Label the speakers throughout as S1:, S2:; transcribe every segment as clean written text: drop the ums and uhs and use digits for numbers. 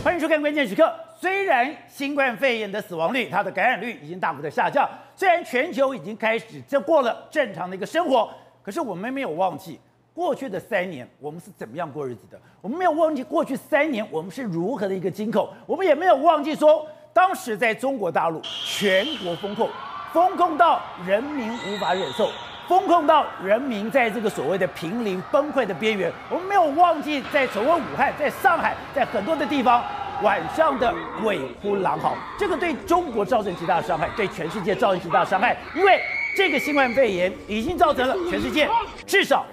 S1: 欢迎收看《关键时刻》。虽然新冠肺炎的死亡率、它的感染率已经大幅的下降，虽然全球已经开始过了正常的一个生活，可是我们没有忘记过去的3年我们是怎么样过日子的。我们没有忘记过去3年我们是如何的一个金口，我们也没有忘记说当时在中国大陆全国封控到人民无法忍受。封控到人民在这个所谓的濒临崩溃的边缘，我们没有忘记在所谓武汉、在上海、在很多的地方晚上的鬼哭狼嚎，这个对中国造成极大的伤害，对全世界造成极大的伤害，因为这个新冠肺炎已经造成了全世界至少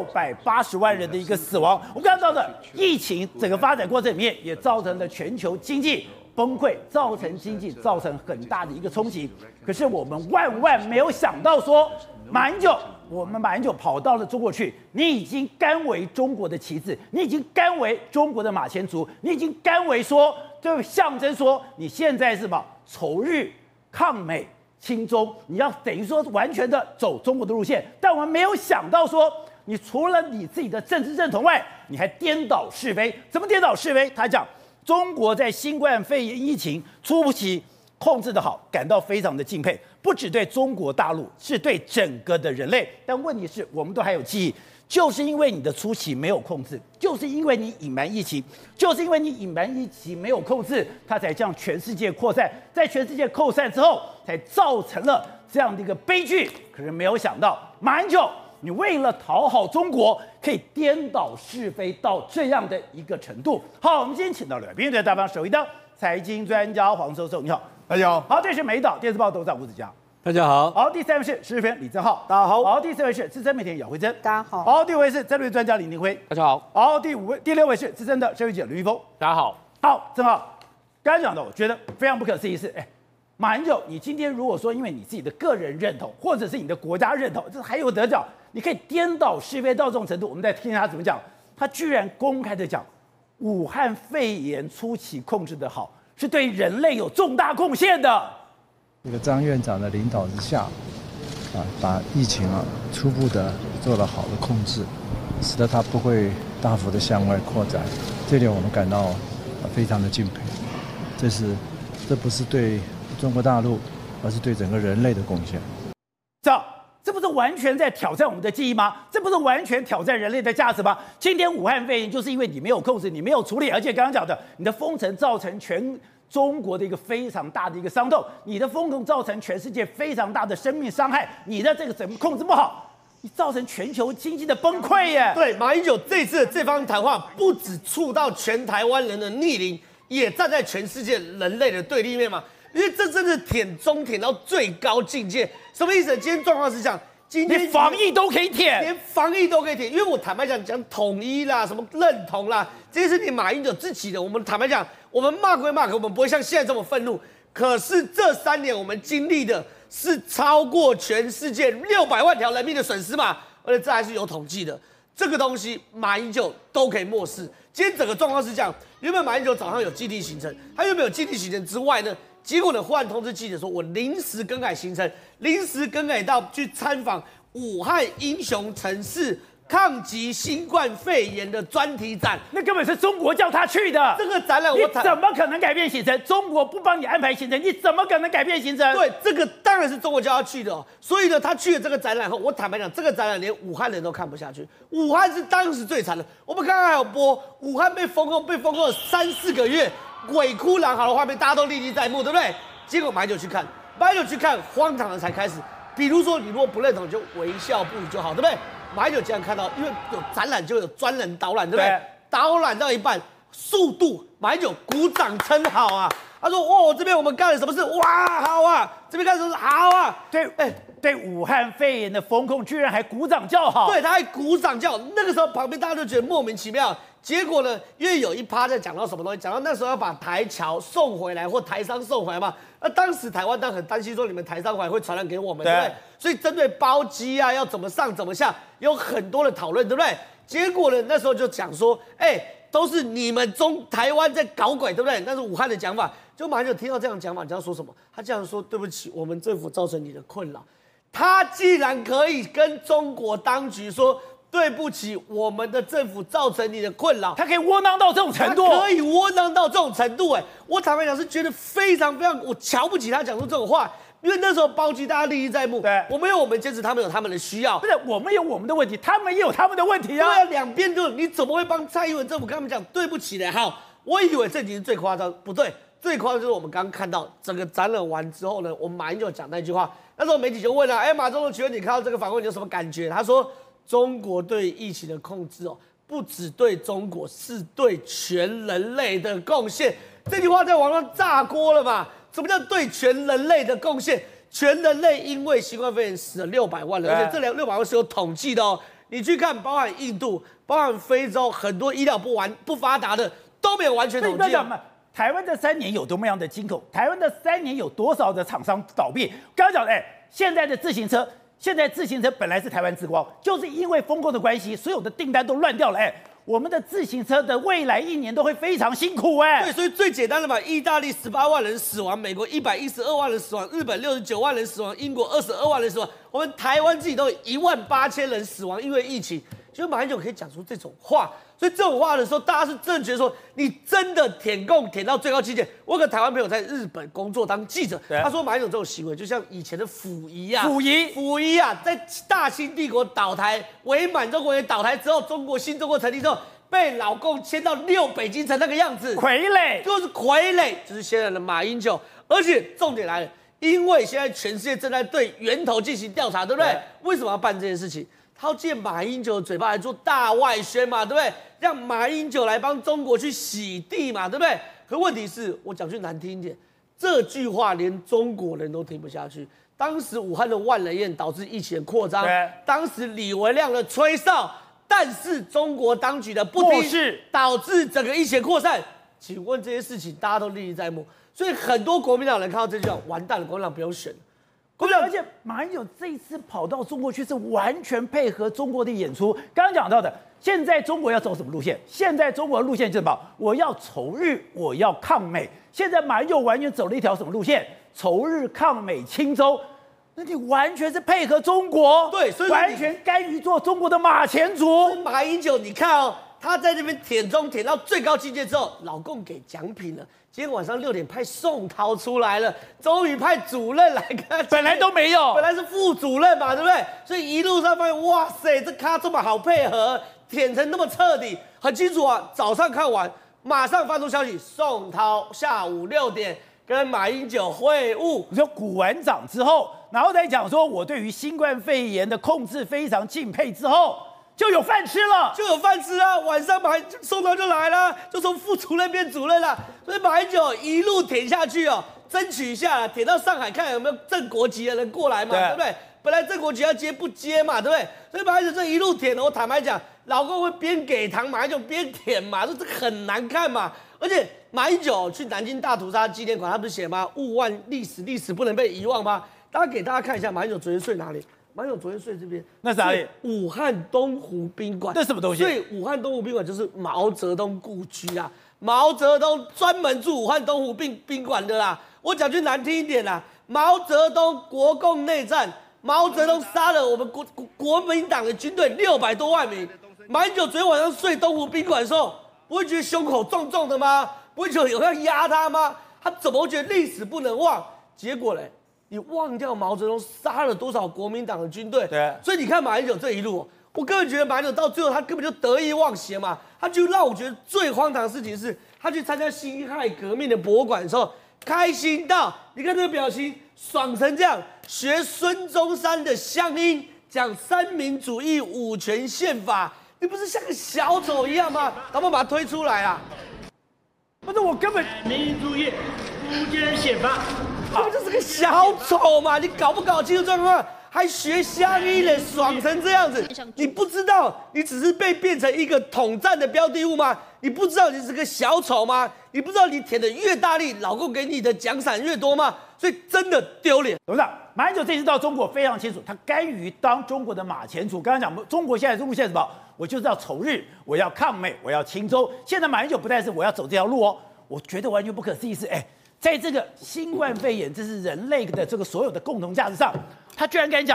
S1: 680万人的一个死亡。我们看到的疫情整个发展过程里面，也造成了全球经济崩溃，造成经济造成很大的一个冲击。可是我们万没有想到说，我们马英九跑到了中国去，你已经甘为中国的棋子，你已经甘为中国的马前卒，你已经甘为说，就象征说你现在是什么仇日抗美亲中，你要等于说完全的走中国的路线。但我们没有想到说，你除了你自己的政治认同外，你还颠倒是非。怎么颠倒是非？他讲中国在新冠肺炎疫情初期控制得好，感到非常的敬佩，不只对中国大陆，是对整个的人类。但问题是，我们都还有记忆，就是因为你的初期没有控制，就是因为你隐瞒疫情，就是因为你隐瞒疫情没有控制，它才向全世界扩散，在全世界扩散之后，才造成了这样的一个悲剧。可是没有想到，马英九，你为了讨好中国，可以颠倒是非到这样的一个程度。好，我们今天请到了宾对大方首位的财经专家黄寿寿，你好。
S2: 大家好。
S1: 好，这是美岛电视报董事长吴子嘉。
S3: 大家好。
S1: 好，第3位是时事评论李正浩。
S2: 大家好。
S1: 好，第4位是资深媒体人姚慧珍。
S4: 大家好。
S1: 好，第5位是战略专家林廷辉。
S3: 大家好。
S1: 好，第6位是资深的社会记者刘玉峰。
S3: 大家好。
S1: 好，正浩，刚才讲的，我觉得非常不可思议是，马英九，你今天如果说因为你自己的个人认同，或者是你的国家认同，这还有得讲，你可以颠倒是非到这种程度。我们再听他怎么讲，他居然公开的讲，武汉肺炎初期控制的好，是对人类有重大贡献的。
S5: 这个张院长的领导之下，把疫情初步的做了好的控制，使得它不会大幅的向外扩展，这点我们感到非常的敬佩。这不是对中国大陆，而是对整个人类的贡献。
S1: 这不是完全在挑战我们的记忆吗？这不是完全挑战人类的价值吗？今天武汉肺炎就是因为你没有控制，你没有处理，而且刚刚讲的，你的封城造成全中国的一个非常大的一个伤痛，你的封控造成全世界非常大的生命伤害，你的这个怎么控制不好，你造成全球经济的崩溃耶！
S2: 对，马英九这次的这番谈话，不只触到全台湾人的逆鳞，也站在全世界人类的对立面嘛。因为这真是舔中舔到最高境界，什么意思？今天状况是这样，今天
S1: 连防疫都可以舔，
S2: 连防疫都可以舔。因为我坦白讲统一啦，什么认同啦，这些是你马英九自己的。我们坦白讲，我们骂归骂，可我们不会像现在这么愤怒。可是这3年我们经历的是超过全世界600万条人命的损失嘛，而且这还是有统计的。这个东西马英九都可以漠视。今天整个状况是这样，原本马英九早上有基地行程，他原本有基地行程之外呢，结果呢忽然通知记者说，我临时更改行程，临时更改到去参访武汉英雄城市抗击新冠肺炎的专题展。
S1: 那根本是中国叫他去的。
S2: 这个展览
S1: 你怎么可能改变行程？中国不帮你安排行程，你怎么可能改变行程？
S2: 对，这个当然是中国叫他去的哦。所以呢，他去了这个展览后，我坦白讲，这个展览连武汉人都看不下去。武汉是当时最惨的。我们刚刚还有播武汉被封控了3-4个月，鬼哭狼嚎的画面，大家都历历在目，对不对？结果马英九去看，荒唐的才开始。比如说，你如果不认同，就微笑不语就好，对不对？马英九竟然看到，因为有展览就有专人导览，对不对？导览到一半，速度，马英九鼓掌称好啊！他说：“哦，这边我们干了什么事？哇，好啊！这边干什么事？好啊！”
S1: 对武汉肺炎的封控，居然还鼓掌叫好。
S2: 对，他还鼓掌叫。那个时候旁边大家就觉得莫名其妙。结果呢，因为有一趴在讲到什么东西，讲到那时候要把台侨送回来或台商送回来嘛。那当时台湾当然很担心说你们台商回来会传染给我们，对不对？所以针对包机啊，要怎么上怎么下，有很多的讨论，对不对？结果呢，那时候就讲说，都是你们台湾在搞鬼，对不对？那是武汉的讲法。就马上就听到这样讲法，你知道说什么？他这样说：对不起，我们政府造成你的困扰。他既然可以跟中国当局说， 对不起，我们的政府造成你的困扰。
S1: 他可以窝囊到这种程度，
S2: 可以窝囊到这种程度，我坦白讲是觉得非常非常，我瞧不起他讲出这种话，因为那时候包机大家历历在目。
S1: 对，
S2: 我们有我们坚持，他们有他们的需要。
S1: 不是我们有我们的问题，他们也有他们的问题啊。
S2: 对啊，两边就你怎么会帮蔡英文政府跟他们讲对不起呢？好，我以为这已经是最夸张，不对，最夸张就是我们刚刚看到整个展览完之后呢，我们马英九讲那句话，那时候媒体就问了，马总统，请问你看到这个访问你有什么感觉？他说。中国对疫情的控制不只对中国，是对全人类的贡献。这句话在网上炸锅了嘛？什么叫对全人类的贡献？全人类因为新冠肺炎死了600万人，而且这600万是有统计的哦。你去看，包含印度、包含非洲很多医疗不发达的都没有完全统计。
S1: 台湾这3年有多么样的惊恐？台湾的3年有多少的厂商倒闭？刚刚讲的，现在的自行车。现在自行车本来是台湾之光，就是因为封控的关系，所有的订单都乱掉了。我们的自行车的未来1年都会非常辛苦。
S2: 对，所以最简单的嘛，意大利18万人死亡，美国112万人死亡，日本69万人死亡，英国22万人死亡，我们台湾自己都有18000人死亡，因为疫情。就马英九可以讲出这种话，所以这种话的时候，大家是真的觉得说，你真的舔共舔到最高境界。我有个台湾朋友在日本工作当记者，他说马英九这种行为就像以前的溥仪啊，溥仪啊，在大清帝国倒台、伪满洲国也倒台之后，新中国成立之后，被老共迁到6北京城那个样子，
S1: 傀儡
S2: 就是傀儡，就是现在的马英九。而且重点来了，因为现在全世界正在对源头进行调查，对不对？为什么要办这件事情？他要借马英九的嘴巴来做大外宣嘛，对不对？让马英九来帮中国去洗地嘛，对不对？可问题是我讲句难听一点，这句话连中国人都听不下去。当时武汉的万人宴导致疫情的扩张，当时李文亮的吹哨，但是中国当局的不听，导致整个疫情扩散。请问这些事情大家都历历在目，所以很多国民党人看到这句话，完蛋了，国民党不用选了。
S1: 而且马英九这一次跑到中国去是完全配合中国的演出。刚刚讲到的，现在中国要走什么路线？现在中国的路线就是什么？我要仇日，我要抗美。现在马英九完全走了一条什么路线？仇日、抗美、亲中。那你完全是配合中国，
S2: 对，所以
S1: 完全甘于做中国的马前卒。
S2: 马英九，你看哦，他在这边舔中舔到最高境界之后，老共给奖品了。今天晚上6点派宋涛出来了，终于派主任来跟他。
S1: 本来都没有，
S2: 本来是副主任嘛，对不对？所以一路上发现，哇塞，这咖这么好配合，舔成那么彻底，很清楚啊。早上看完，马上发出消息，宋涛下午6点跟马英九会晤。
S1: 你说鼓完掌之后，然后再讲说我对于新冠肺炎的控制非常敬佩之后。就有饭吃了，
S2: 就有饭吃啊！晚上宋涛就来了，就从副主任变主任了。所以马英九一路舔下去哦，争取一下，舔到上海看有没有正国籍的人过来嘛，对不对？本来正国籍要接不接嘛，对不对？所以马英九这一路舔，我坦白讲，老公会边给糖，马英九边舔嘛，这很难看嘛。而且马英九去南京大屠杀纪念馆，他不是写吗？勿忘历史，历史不能被遗忘吗？给大家看一下，马英九昨天睡哪里？马英九昨天睡这边，
S1: 那是哪里？
S2: 武汉东湖宾馆。
S1: 这什么东西？
S2: 所以武汉东湖宾馆就是毛泽东故居啊。毛泽东专门住武汉东湖宾馆的啦。我讲句难听一点啦，毛泽东国共内战，毛泽东杀了我们国民党的军队600多万名。马英九昨天晚上睡东湖宾馆的时候，不会觉得胸口重重的吗？不会觉得有人要压他吗？他怎么会觉得历史不能忘？结果嘞？你忘掉毛泽东杀了多少国民党的军队？
S1: 对，
S2: 所以你看马英九这一路，我个人觉得马英九到最后他根本就得意忘形嘛。他就让我觉得最荒唐的事情是，他去参加辛亥革命的博物馆的时候，开心到你看这个表情，爽成这样，学孙中山的乡音，讲三民主义、五权宪法，你不是像个小丑一样吗？咱们把它推出来啊！
S1: 不是我根本
S3: 民主义、五权宪法。
S2: 这不就是个小丑嘛？你搞不搞清楚状况？还学乡音嘞，爽成这样子！你不知道，你只是被变成一个统战的标的物吗？你不知道你是个小丑吗？你不知道你舔的越大力，老公给你的奖赏越多吗？所以真的丢脸。
S1: 董事长，马英九这次到中国非常清楚，他甘于当中国的马前卒。刚刚讲中国现在路线是什么？我就是要仇日，我要抗美，我要亲中。现在马英九不但是我要走这条路哦，我觉得完全不可思议是，在这个新冠肺炎，这是人类的这个所有的共同价值上，他居然敢讲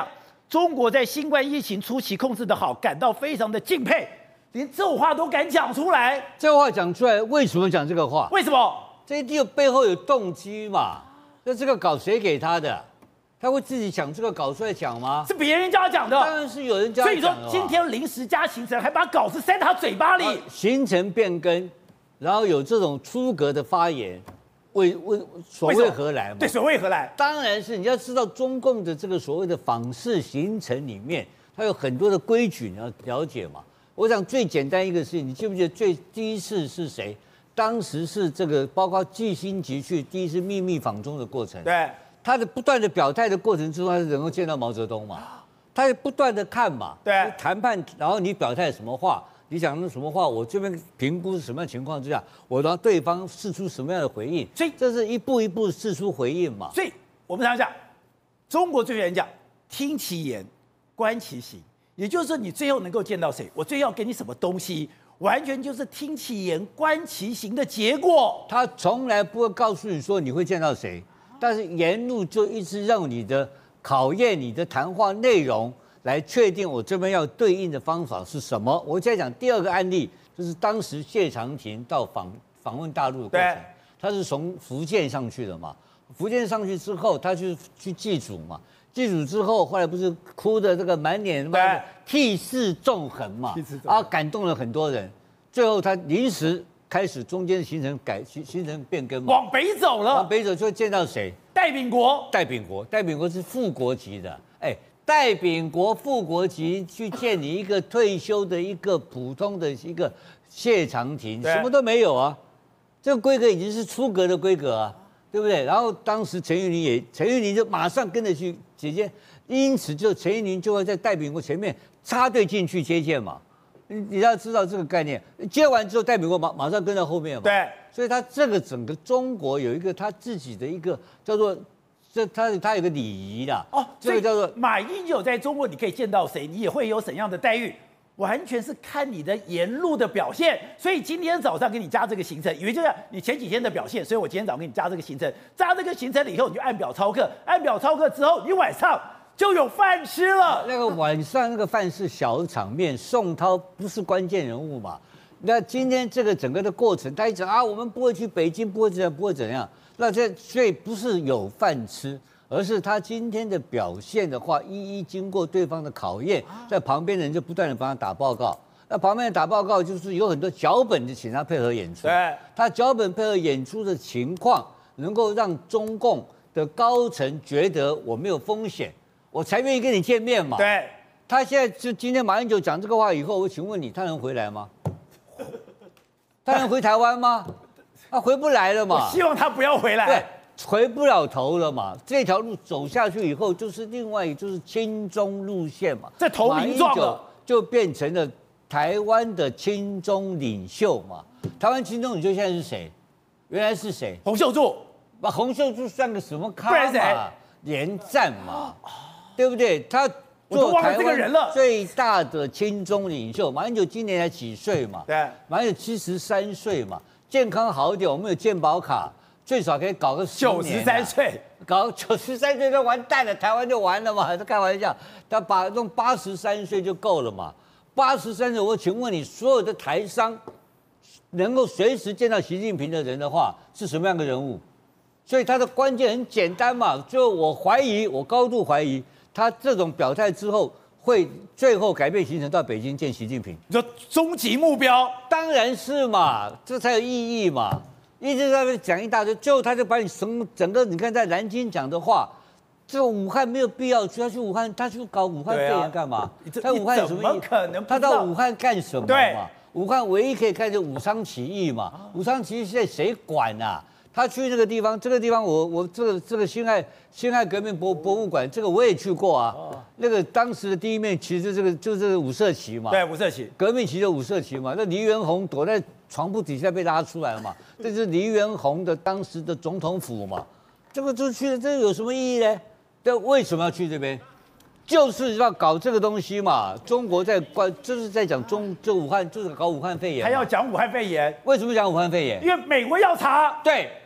S1: 中国在新冠疫情初期控制得好，感到非常的敬佩，连这种话都敢讲出来。
S4: 这话讲出来，为什么讲这个话？
S1: 为什么？
S4: 这一定有背后有动机嘛？那这个稿谁给他的？他会自己想这个稿出来讲吗？
S1: 是别人叫他讲的，
S4: 当然是有人叫他讲的。
S1: 所以说今天临时加行程，还把稿子塞他嘴巴里，
S4: 行程变更，然后有这种出格的发言，所谓何来嘛？
S1: 对，所谓何来？
S4: 当然是你要知道中共的这个所谓的访视行程里面，它有很多的规矩，你要了解嘛。我想最简单一个事情，你记不记得第一次是谁？当时是这个包括季辛吉去第一次秘密访中的过程。
S1: 对。
S4: 他的不断的表态的过程之中，他是能够见到毛泽东嘛？他也不断的看嘛，
S1: 对，
S4: 谈判，然后你表态什么话，你讲的什么话，我这边评估是什么样的情况之下，我让对方释出什么样的回应，
S1: 所以
S4: 这是一步一步释出回应嘛。
S1: 所以我们常讲，中国最喜欢讲听其言，观其行，也就是说你最后能够见到谁，我最后要给你什么东西，完全就是听其言，观其行的结果。
S4: 他从来不会告诉你说你会见到谁。但是沿路就一直让你的考验你的谈话内容，来确定我这边要对应的方法是什么。我再讲第二个案例，就是当时谢长廷到访问大陆的过程，他是从福建上去的嘛。福建上去之后，他去祭祖嘛。祭祖之后，后来不是哭的这个满脸涕泗纵横嘛，感动了很多人。最后他临时开始中间行程变更嘛，
S1: 往北走了，
S4: 往北走就会见到谁？
S1: 戴秉国。
S4: 戴秉国是副国级的，戴秉国副国级去见你一个退休的一个普通的一个谢长廷，什么都没有啊，这个规格已经是出格的规格啊，对不对？然后当时陈玉玲就马上跟着去接见，因此就陈玉玲就会在戴秉国前面插队进去接见嘛。你要知道这个概念，接完之后，戴秉国马上跟在后面嘛。
S1: 对，
S4: 所以他这个整个中国有一个他自己的一个叫做，他有个礼仪啦。哦，这个叫做
S1: 马英九在中国你可以见到谁，你也会有怎样的待遇，完全是看你的沿路的表现。所以今天早上给你加这个行程，以为就是你前几天的表现，所以我今天早上给你加这个行程，加这个行程了以后，你就按表操课，按表操课之后，你晚上就有饭吃了。
S4: 那个晚上那个饭是小场面，宋涛不是关键人物嘛？那今天这个整个的过程，他一直我们不会去北京，不会这样，不会怎样。那所以不是有饭吃，而是他今天的表现的话，一一经过对方的考验，在旁边的人就不断的帮他打报告。那旁边的打报告就是有很多脚本就请他配合演出。
S1: 对，
S4: 他脚本配合演出的情况，能够让中共的高层觉得我没有风险。我才愿意跟你见面嘛。
S1: 对，
S4: 他现在就今天马英九讲这个话以后，我请问你，他能回来吗？他能回台湾吗？他回不来了嘛。
S1: 我希望他不要回来。
S4: 对，回不了头了嘛。这条路走下去以后，就是另外就是亲中路线嘛。
S1: 这投名状了，
S4: 就变成了台湾的亲中领袖嘛。台湾亲中领袖现在是谁？原来是谁？
S1: 洪秀柱。
S4: 把洪秀柱算个什么咖
S1: 嘛？
S4: 连战嘛。对不对？他
S1: 做台湾
S4: 最大的亲中领袖，马英九今年才几岁嘛？
S1: 对，
S4: 马英九73岁嘛，健康好一点，我们有健保卡，最少可以搞个10年。
S1: 93岁，
S4: 搞93岁就完蛋了，台湾就完了嘛？他开玩笑，他把弄83岁就够了嘛？83岁，我请问你，所有的台商能够随时见到习近平的人的话，是什么样的人物？所以他的关键很简单嘛，就我高度怀疑。他这种表态之后，会最后改变行程到北京见习近平。
S1: 你说终极目标？
S4: 当然是嘛，这才有意义嘛。一直在那边讲一大堆，最后他就把你整个，你看在南京讲的话，这个武汉没有必要去，他去武汉，他去搞武汉肺炎干嘛？他武汉有什么意义？他到武汉干什么嘛？武汉唯一可以看就武昌起义嘛。武昌起义现在谁管啊？他去那个地方，这个地方我这个辛亥革命博物馆，这个我也去过啊。那个当时的第一面旗就是这个五色旗嘛。
S1: 对，五色旗，
S4: 革命旗的五色旗嘛。那黎元洪躲在床铺底下被拉出来了嘛。这是黎元洪的当时的总统府嘛。这个就去了，这有什么意义呢？这为什么要去这边？就是要搞这个东西嘛。中国就是在讲就武汉，就是搞武汉肺炎。
S1: 还要讲武汉肺炎？
S4: 为什么讲武汉肺炎？
S1: 因为美国要查。
S4: 对。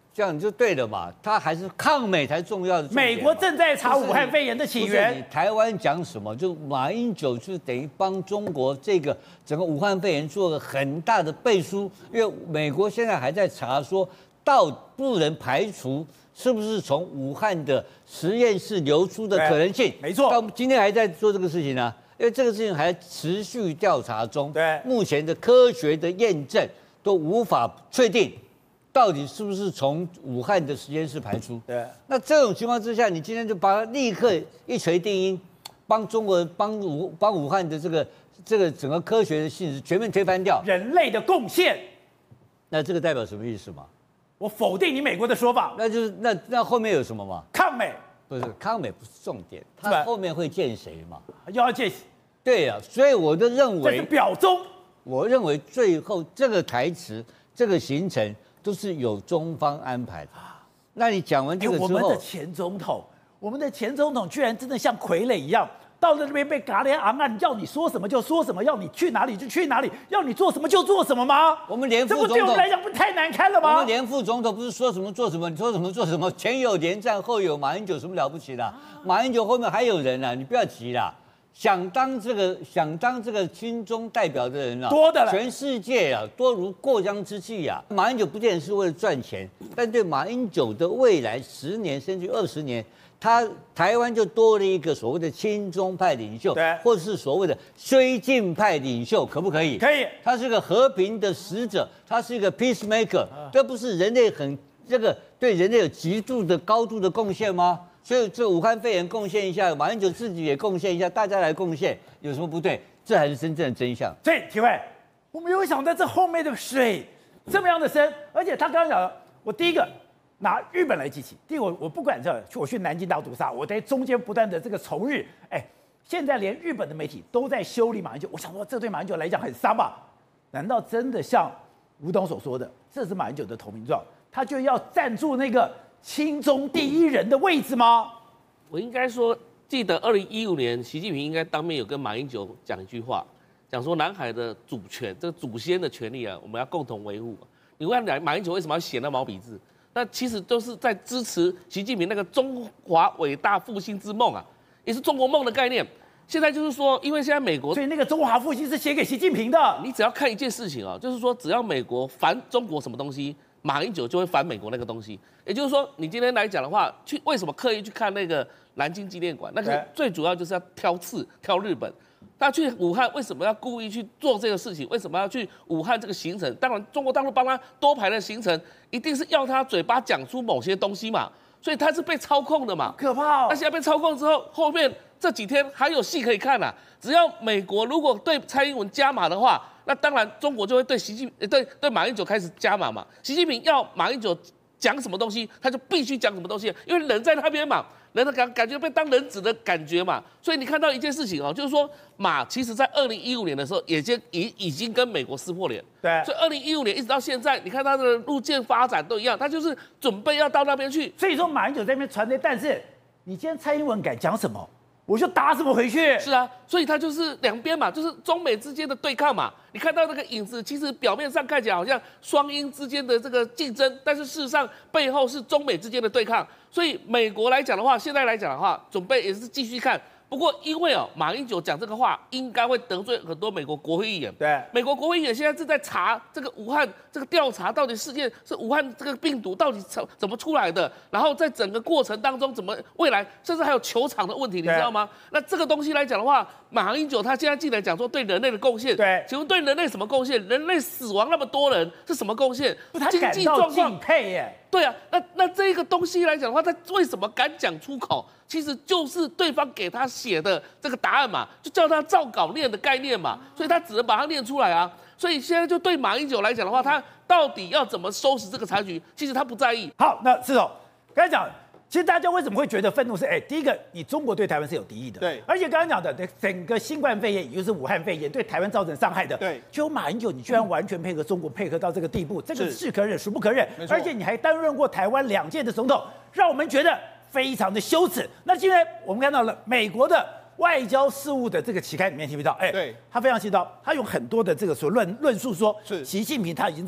S4: 这样就对了嘛，他还是抗美才重要的重点嘛。
S1: 美国正在查武汉肺炎的起
S4: 不是
S1: 源
S4: 你。台湾讲什么？就马英九就等于帮中国这个整个武汉肺炎做了很大的背书，因为美国现在还在查说，不能排除是不是从武汉的实验室流出的可能性。
S1: 没错，
S4: 到今天还在做这个事情呢、因为这个事情还持续调查中。
S1: 对，
S4: 目前的科学的验证都无法确定。到底是不是从武汉的实验室排出？
S1: 对，
S4: 那这种情况之下，你今天就把它立刻一锤定音，帮中国帮武汉的这个整个科学的性质全面推翻掉，
S1: 人类的贡献。
S4: 那这个代表什么意思嘛？
S1: 我否定你美国的说法，
S4: 那就是那后面有什么嘛？
S1: 抗美
S4: 不是抗美不是重点，
S1: 是吧
S4: 他后面会见谁嘛？
S1: 又要见，
S4: 对呀、所以我就认
S1: 这是
S4: 为，
S1: 表忠。
S4: 我认为最后这个台词、这个行程都是有中方安排的。那你讲完这个之后
S1: 我们的，前总统居然真的像傀儡一样，到了那边被嘎连昂案，要你说什么就说什么，要你去哪里就去哪里，要你做什么就做什么吗？
S4: 我们连
S1: 这不
S4: 副总统
S1: 对我们来讲不太难堪了吗
S4: 我们？连副总统不是说什么做什么，你说什么做什么，前有连战，后有马英九，什么了不起的？马英九后面还有人啊，你不要急啦。想当这个亲中代表的人啊，
S1: 多的了
S4: 全世界啊，多如过江之鲫啊。马英九不见得是为了赚钱，但对马英九的未来10年甚至20年，台湾就多了一个所谓的亲中派领袖，
S1: 对
S4: 或者是所谓的绥靖派领袖，可不可以？
S1: 可以。
S4: 他是个和平的使者，他是一个 peacemaker，这不是人类对人类有极度的高度的贡献吗？所以这武汉肺炎贡献一下，马英九自己也贡献一下，大家来贡献，有什么不对？这才是真正的真相。
S1: 所以体会，我没有想到这后面的水这么样的深，而且他刚刚讲了，我第一个拿日本来记起，第一个我不管这，我去南京大屠杀，我在中间不断的这个仇日，现在连日本的媒体都在修理马英九，我想说这对马英九来讲很伤吧？难道真的像吴董所说的，这是马英九的投名状，他就要站住那个亲中第一人的位置吗？
S6: 我应该说，记得2015年，习近平应该当面有跟马英九讲一句话，讲说南海的主权，这个祖先的权利啊，我们要共同维护。你问马英九为什么要写那毛笔字？那其实都是在支持习近平那个中华伟大复兴之梦啊，也是中国梦的概念。现在就是说，因为现在美国，
S1: 所以那个中华复兴是写给习近平的。
S6: 你只要看一件事情啊，就是说，只要美国反中国什么东西，马英九就会反美国那个东西。也就是说，你今天来讲的话，为什么刻意去看那个南京纪念馆？那个最主要就是要挑日本。他去武汉为什么要故意去做这个事情？为什么要去武汉这个行程？当然，中国大陆帮他多排的行程，一定是要他嘴巴讲出某些东西嘛。所以他是被操控的嘛。
S1: 可怕哦！
S6: 那现在被操控之后，后面这几天还有戏可以看啊！只要美国如果对蔡英文加码的话，那当然中国就会对马英九开始加码嘛。习近平要马英九讲什么东西，他就必须讲什么东西，因为人在那边嘛，人的感觉被当人质的感觉嘛。所以你看到一件事情哦，就是说马其实在2015年的时候已经跟美国撕破脸，
S1: 对，
S6: 所以2015年一直到现在，你看他的路线发展都一样，他就是准备要到那边去。
S1: 所以说马英九在那边传的，但是你今天蔡英文敢讲什么，我就打什么回去。
S6: 是啊，所以他就是两边嘛，就是中美之间的对抗嘛。你看到那个影子，其实表面上看起来好像双鹰之间的这个竞争，但是事实上背后是中美之间的对抗。所以美国来讲的话，现在来讲的话，准备也是继续看。不过因为马英九讲这个话，应该会得罪很多美国国会议员。
S1: 对，
S6: 美国国会议员现在正在查这个武汉这个调查，到底事件是武汉这个病毒到底怎么出来的，然后在整个过程当中怎么未来，甚至还有球场的问题，你知道吗？那这个东西来讲的话，马英九他现在进来讲说对人类的贡献，
S1: 对，
S6: 请问对人类什么贡献？人类死亡那么多人是什么贡献？
S1: 他
S6: 经济状况
S1: 敬佩耶。
S6: 对啊，那这个东西来讲的话，他为什么敢讲出口？其实就是对方给他写的这个答案嘛，就叫他照稿念的概念嘛，所以他只能把它念出来啊。所以现在就对马英九来讲的话，他到底要怎么收拾这个残局，其实他不在意。
S1: 好，那施总刚才讲，其实大家为什么会觉得愤怒是？第一个，你中国对台湾是有敌意的，
S2: 对，
S1: 而且刚刚讲的整个新冠肺炎，也就是武汉肺炎对台湾造成伤害的，
S2: 对，
S1: 就马英九，你居然完全配合中国，配合到这个地步，这个是可忍孰不可忍，而且你还担任过台湾2届的总统，让我们觉得非常的羞耻。那今天我们看到了美国的外交事务的这个期刊里面，听不到？
S2: 对，
S1: 他非常细到，他有很多的这个所论述说，
S2: 是
S1: 习近平他已经怎么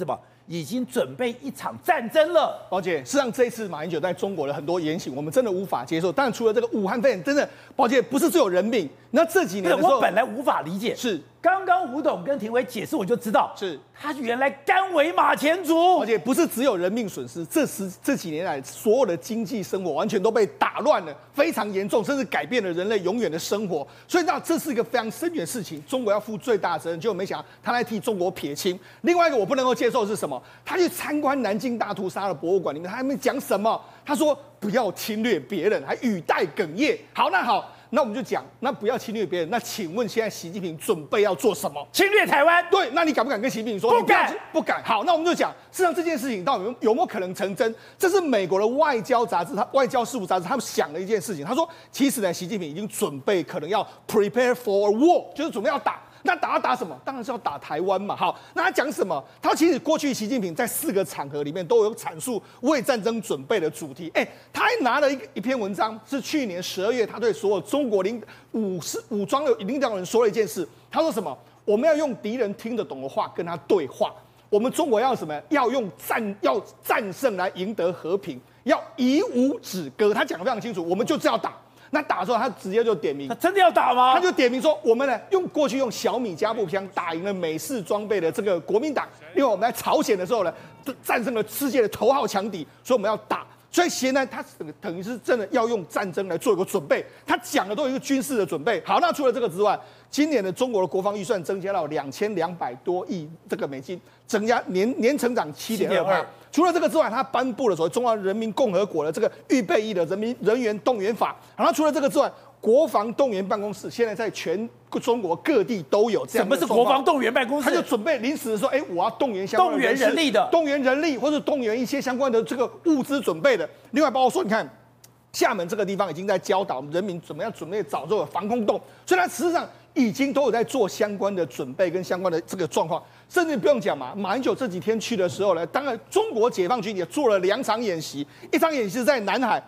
S1: 已经准备一场战争了。
S7: 宝姐，事实上这一次马英九在中国的很多言行，我们真的无法接受。当然，除了这个武汉肺炎，真的，宝姐不是只有人命。那这几年的时候，
S1: 我本来无法理解，
S7: 是
S1: 刚刚吴董跟庭伟解释，我就知道，
S7: 是
S1: 他原来甘为马前卒，
S7: 而且不是只有人命损失，这几年来所有的经济生活完全都被打乱了，非常严重，甚至改变了人类永远的生活。所以那这是一个非常深远的事情，中国要负最大的责任，结果没想到他来替中国撇清。另外一个我不能够接受的是什么？他去参观南京大屠杀的博物馆里面，他还没讲什么？他说不要侵略别人，还语带哽咽。好，那我们就讲，那不要侵略别人。那请问现在习近平准备要做什么？
S1: 侵略台湾？
S7: 对，那你敢不敢跟习近平说？
S1: 不敢，
S7: 不敢。好，那我们就讲，事实上这件事情到底有没有可能成真？这是美国的外交杂志，外交事务杂志，他们想了一件事情。他说，其实呢，习近平已经准备可能要 prepare for a war， 就是准备要打。那打什么？当然是要打台湾嘛。好，那他讲什么？他其实过去习近平在4个场合里面都有阐述为战争准备的主题。他还拿了一篇文章，是去年12月，他对所有中国武装的领导人说了一件事。他说什么？我们要用敌人听得懂的话跟他对话。我们中国要什么？要战胜来赢得和平，要以武止戈。他讲得非常清楚，我们就是要打。那打的时候，他直接就点名，
S1: 他真的要打吗？
S7: 他就点名说，我们呢过去用小米加步枪打赢了美式装备的这个国民党，另外我们在朝鲜的时候呢，战胜了世界的头号强敌，所以我们要打。所以现在他等于是真的要用战争来做一个准备，他讲的都有一个军事的准备。好，那除了这个之外，今年的中国的国防预算增加到2200多亿这个美金，增加年成长7.2%。除了这个之外，他颁布了所谓中华人民共和国的这个预备役的人员动员法。然后除了这个之外，国防动员办公室现在在全中国各地都有这样的。
S1: 什么是国防动员办公室？
S7: 他就准备临时说，我要动员相关的人士，动员人力或者动员一些相关的这个物资准备的。另外包括说，你看厦门这个地方已经在教导人民怎么样准备找这个防空洞，所以它实际上已经都有在做相关的准备跟相关的这个状况。甚至不用讲嘛，马英九这几天去的时候呢，当然中国解放军也做了2场演习，一场演习是在南海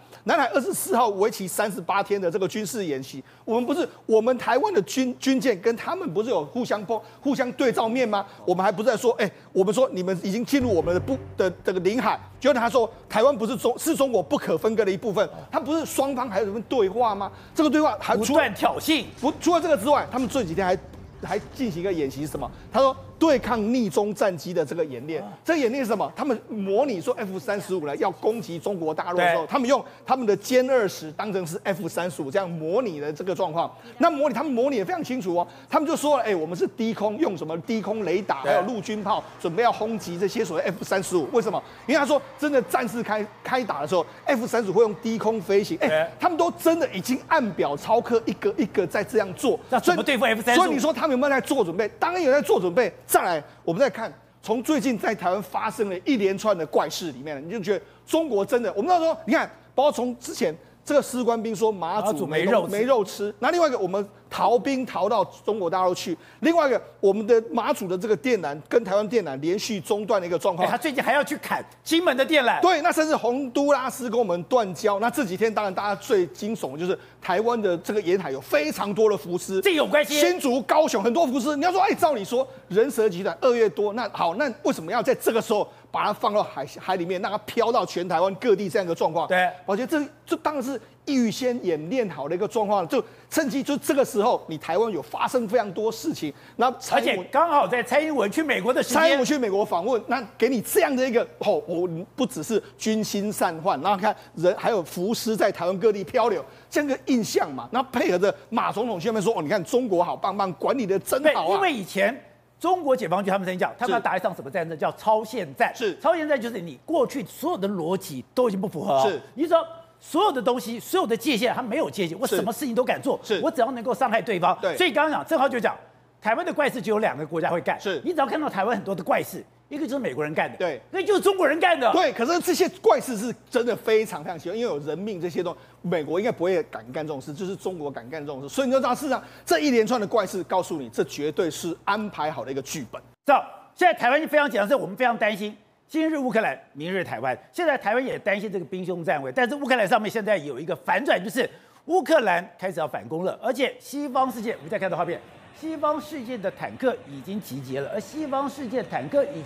S7: 24号为期38天的这个军事演习。我们台湾的军舰跟他们不是有互相对照面吗？我们还不是在说，我们说你们已经进入我们的这个领海，结果他说台湾不是中国不可分割的一部分，他不是双方还有什么对话吗？这个对话还
S1: 不断挑衅。
S7: 除了这个之外，他们这几天还进行一个演习是什么？他说对抗逆中战机的这个演练。这个演练是什么？他们模拟说 F-35呢要攻击中国大陆的时候，他们用他们的歼20当成是 F-35这样模拟的这个状况。那他们模拟的非常清楚哦。他们就说，我们是低空用什么低空雷达，还有陆军炮准备要轰击这些所谓 F-35。为什么？因为他说真的战事开打的时候 ，F-35会用低空飞行。他们都真的已经按表操课，一个一个在这样做。
S1: 那怎么对付 F-35？
S7: 所以你说他们有没有在做准备？当然有在做准备。再来，我们再看，从最近在台湾发生了一连串的怪事里面，你就觉得中国真的，我们那时候你看，包括从之前这个士官兵说马祖没肉吃，那另外一个我们逃兵逃到中国大陆去，另外一个我们的马祖的这个电缆跟台湾电缆连续中断的一个状况。
S1: 他最近还要去砍金门的电缆。
S7: 对，那甚至洪都拉斯跟我们断交。那这几天当然大家最惊悚的就是台湾的这个沿海有非常多的浮尸，
S1: 这有关系。
S7: 新竹、高雄很多浮尸，你要说，照理说人蛇集团2月多，那好，那为什么要在这个时候把它放到海里面，让它飘到全台湾各地这样一个状况？
S1: 对，
S7: 我觉得这当然是预先演练好的一个状况，就趁机就这个时候，你台湾有发生非常多事情，那
S1: 而且刚好在蔡英文去美国的时间，
S7: 蔡英文去美国访问，那给你这样的一个我不只是军心散患，然后看人还有浮尸在台湾各地漂流，这样一个印象嘛，那配合着马总统去那边说，你看中国好棒棒，管理的真好啊，
S1: 因为以前中国解放军他们曾经讲，他们要打一场什么战争，叫超限战。
S7: 是
S1: 超限战，就是你过去所有的逻辑都已经不符合。
S7: 是，
S1: 你说所有的东西，所有的界限，它没有界限，我什么事情都敢做。
S7: 是，
S1: 我只要能够伤害对方。
S7: 对，
S1: 所以刚刚讲，正好就讲，台湾的怪事就有2个国家会干。
S7: 是，
S1: 你只要看到台湾很多的怪事，一个就是美国人干的，
S7: 对，
S1: 那就是中国人干的。
S7: 对，可是这些怪事是真的非常非常奇怪，因为有人命这些东西，美国应该不会敢干这种事，就是中国敢干这种事，所以你就知道，事实上这一连串的怪事告诉你，这绝对是安排好的一个剧本。
S1: 现在台湾非常紧张，是我们非常担心。今日乌克兰，明日台湾。现在台湾也担心这个兵凶战危，但是乌克兰上面现在有一个反转，就是乌克兰开始要反攻了，而且西方世界，我们再看到画面，西方世界的坦克已经集结了，而西方世界坦克已经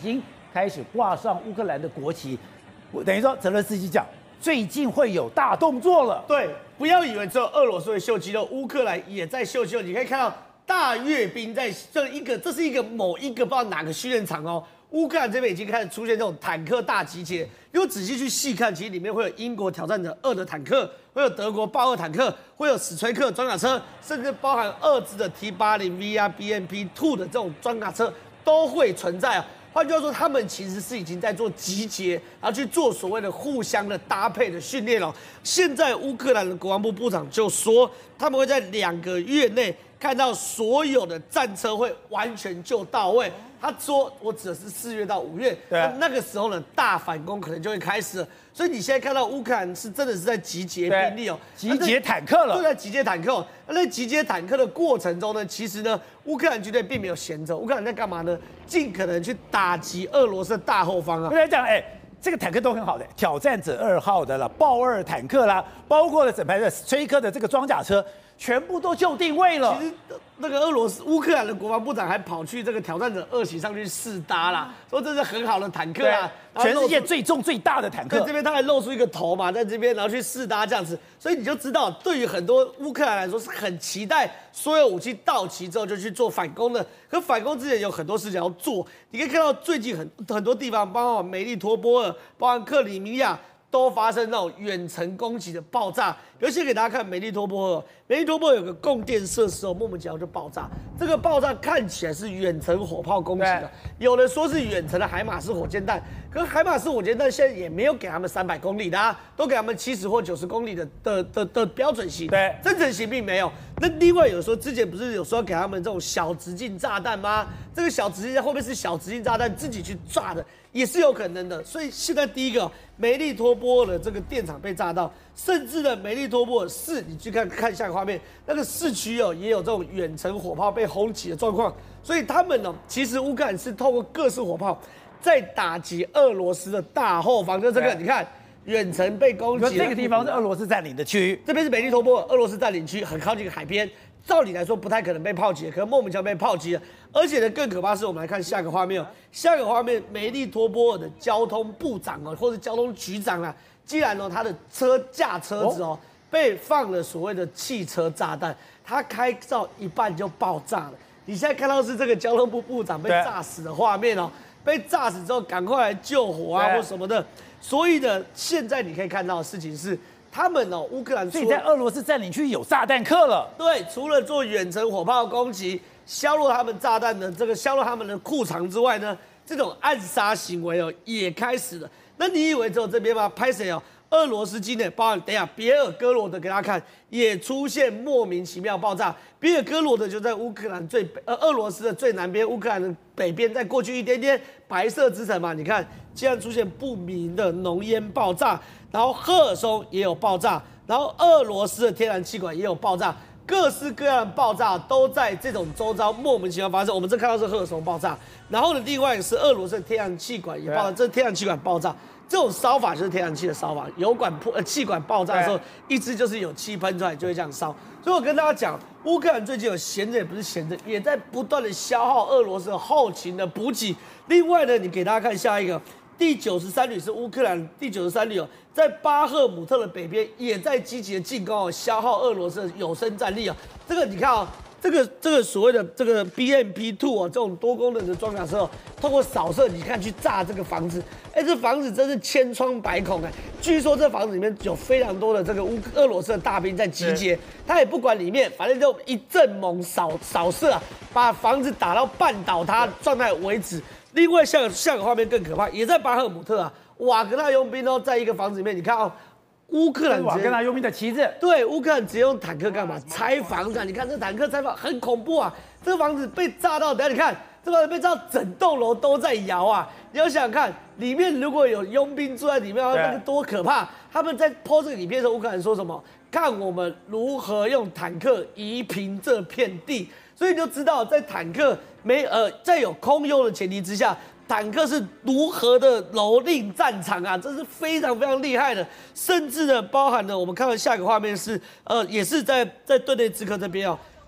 S1: 开始挂上乌克兰的国旗。我等于说，泽连斯基讲，最近会有大动作了。
S2: 对，不要以为只有俄罗斯会秀肌肉，乌克兰也在秀肌肉。你可以看到大阅兵在这是一个某一个不知道哪个训练场哦。乌克兰这边已经开始出现这种坦克大集结，如果仔细去细看，其实里面会有英国挑战者2的坦克，会有德国豹2坦克，会有史崔克装甲车，甚至包含2支的 T80V 啊、BMP2 的这种装甲车都会存在啊。换句话说，他们其实是已经在做集结，然后去做所谓的互相的搭配的训练了。现在乌克兰的国防部部长就说，他们会在2个月内看到所有的战车会完全就到位。他说，我指的是4月到5月，那个时候呢，大反攻可能就会开始了。所以你现在看到乌克兰是真的是在集结兵力哦，
S1: 集结坦克了，
S2: 就在集结坦克。那在集结坦克的过程中呢，其实呢，乌克兰军队并没有闲着，乌克兰在干嘛呢？尽可能去打击俄罗斯的大后方啊。
S1: 我来讲，这个坦克都很好的，挑战者2号的啦，豹2坦克啦，包括了整排的崔克的这个装甲车，全部都就定位了。
S2: 其实那个乌克兰的国防部长还跑去这个挑战者2型上去试搭啦，说这是很好的坦克啊，
S1: 全世界最重最大的坦克。
S2: 在这边他还露出一个头嘛，在这边然后去试搭这样子，所以你就知道，对于很多乌克兰来说是很期待所有武器到齐之后就去做反攻的。可反攻之前有很多事情要做，你可以看到最近很多地方，包括梅利托波尔、包含克里米亚，都发生那种远程攻击的爆炸。尤其给大家看梅利托波尔，梅利托波尔有个供电设施哦，莫名其妙就爆炸。这个爆炸看起来是远程火炮攻击的，有人说是远程的海马斯火箭弹，可是海马斯火箭弹现在也没有给他们300公里的啊，都给他们70或90公里的标准型，
S1: 对，
S2: 增程型并没有。那另外有时候之前不是有说给他们这种小直径炸弹吗？这个小直径会不会是小直径炸弹自己去炸的，也是有可能的。所以现在第一个梅利托波尔的这个电厂被炸到，甚至呢梅利托波尔市，你去看下个画面，那个市区哦也有这种远程火炮被轰击的状况。所以他们呢，其实乌克兰是透过各式火炮在打击俄罗斯的大后方，就这个你看。远程被攻击，
S1: 这个地方是俄罗斯占领的区域，
S2: 这边是梅利托波尔，俄罗斯占领区，很靠近海边，照理来说不太可能被炮击，可能莫名其妙被炮击了。而且呢，更可怕是我们来看下个画面，下个画面梅利托波尔的交通部长哦，或者交通局长啊，既然他的车子被放了所谓的汽车炸弹，他开到一半就爆炸了。你现在看到是这个交通部部长被炸死的画面哦，被炸死之后赶快来救火啊或什么的。所以呢，现在你可以看到的事情是，他们乌克兰
S1: 所以在俄罗斯占领区有炸弹客了。
S2: 对，除了做远程火炮攻击，削弱他们炸弹的削弱他们的库藏之外呢，这种暗杀行为也开始了。那你以为只有这边吗？拍谁俄罗斯境内，包含等一下别尔哥罗德给大家看，也出现莫名其妙爆炸。别尔哥罗德就在乌克兰俄罗斯的最南边，乌克兰的北边，在过去一点点白色之城嘛，你看竟然出现不明的浓烟爆炸，然后赫尔松也有爆炸，然后俄罗斯的天然气管也有爆炸。各式各样的爆炸都在这种周遭莫名其妙发生。我们这看到是赫尔松爆炸，然后呢，另外是俄罗斯的天然气管也爆炸，这是天然气管爆炸。这种烧法就是天然气的烧法，气管爆炸的时候，一支就是有气喷出来，就会这样烧。所以我跟大家讲，乌克兰最近有闲着也不是闲着，也在不断的消耗俄罗斯的后勤的补给。另外呢，你给大家看下一个，第93旅是乌克兰第93旅在巴赫姆特的北边也在积极的进攻消耗俄罗斯的有生战力这个你看这个所谓的这个 BMP2 这种多功能的装甲车透过扫射，你看去炸这个房子，这房子真是千疮百孔据说这房子里面有非常多的这个俄罗斯的大兵在集结，他也不管里面，反正就一阵猛扫射把房子打到半倒塌状态为止。另外下个画面更可怕，也在巴赫姆特瓦格纳佣兵在一个房子里面，你看乌克兰
S1: 瓦格纳佣兵的旗帜，
S2: 对，乌克兰直接用坦克干嘛？拆房子你看这坦克拆房很恐怖这个房子被炸到，等下你看这房子被炸到整栋楼都在摇你要想想看，里面如果有佣兵住在里面，那个多可怕！他们在 po 这个影片的时候，乌克兰说什么？看我们如何用坦克夷平这片地。所以你就知道，在坦克在有空优的前提之下，坦克是如何的蹂躏战场这是非常非常厉害的。甚至呢，包含了我们看到下一个画面是，也是在顿内茨克这边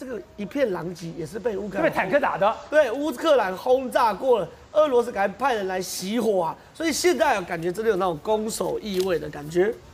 S2: 这个一片狼藉，也是被乌克兰
S1: 被坦克打的。
S2: 对，乌克兰轰炸过了，俄罗斯赶快派人来熄火啊，所以现在感觉真的有那种攻守意味的感觉。